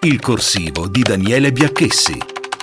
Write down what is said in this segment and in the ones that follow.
Il corsivo di Daniele Biacchessi.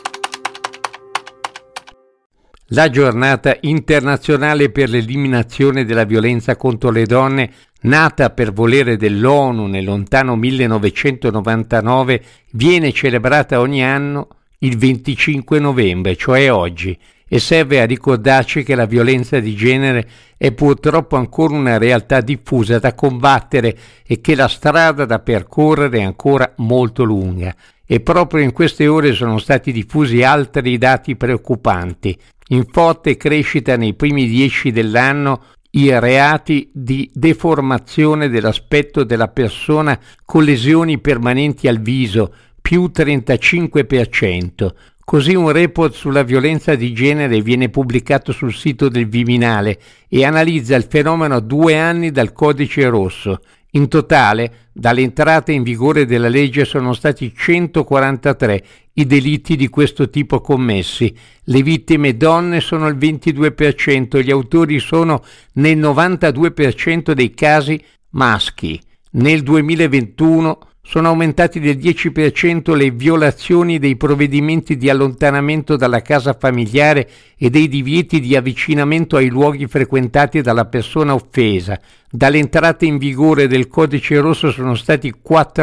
La giornata internazionale per l'eliminazione della violenza contro le donne, nata per volere dell'ONU nel lontano 1999, viene celebrata ogni anno il 25 novembre, cioè oggi, e serve a ricordarci che la violenza di genere è purtroppo ancora una realtà diffusa da combattere e che la strada da percorrere è ancora molto lunga. E proprio in queste ore sono stati diffusi altri dati preoccupanti. In forte crescita nei primi 10 dell'anno i reati di deformazione dell'aspetto della persona con lesioni permanenti al viso, più 35%. Così un report sulla violenza di genere viene pubblicato sul sito del Viminale e analizza il fenomeno a 2 anni dal codice rosso. In totale, dall'entrata in vigore della legge sono stati 143 i delitti di questo tipo commessi. Le vittime donne sono il 22%, gli autori sono nel 92% dei casi maschi. Nel 2021 sono aumentati del 10% le violazioni dei provvedimenti di allontanamento dalla casa familiare e dei divieti di avvicinamento ai luoghi frequentati dalla persona offesa. Dall'entrata in vigore del codice rosso sono stati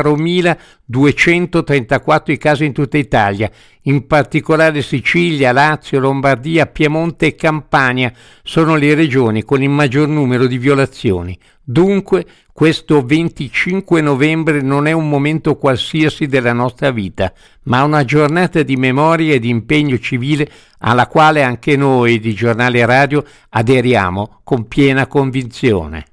4.234 i casi in tutta Italia, in particolare Sicilia, Lazio, Lombardia, Piemonte e Campania sono le regioni con il maggior numero di violazioni. Dunque, questo 25 novembre non è un momento qualsiasi della nostra vita, ma una giornata di memoria e di impegno civile alla quale anche noi di Giornale Radio aderiamo con piena convinzione.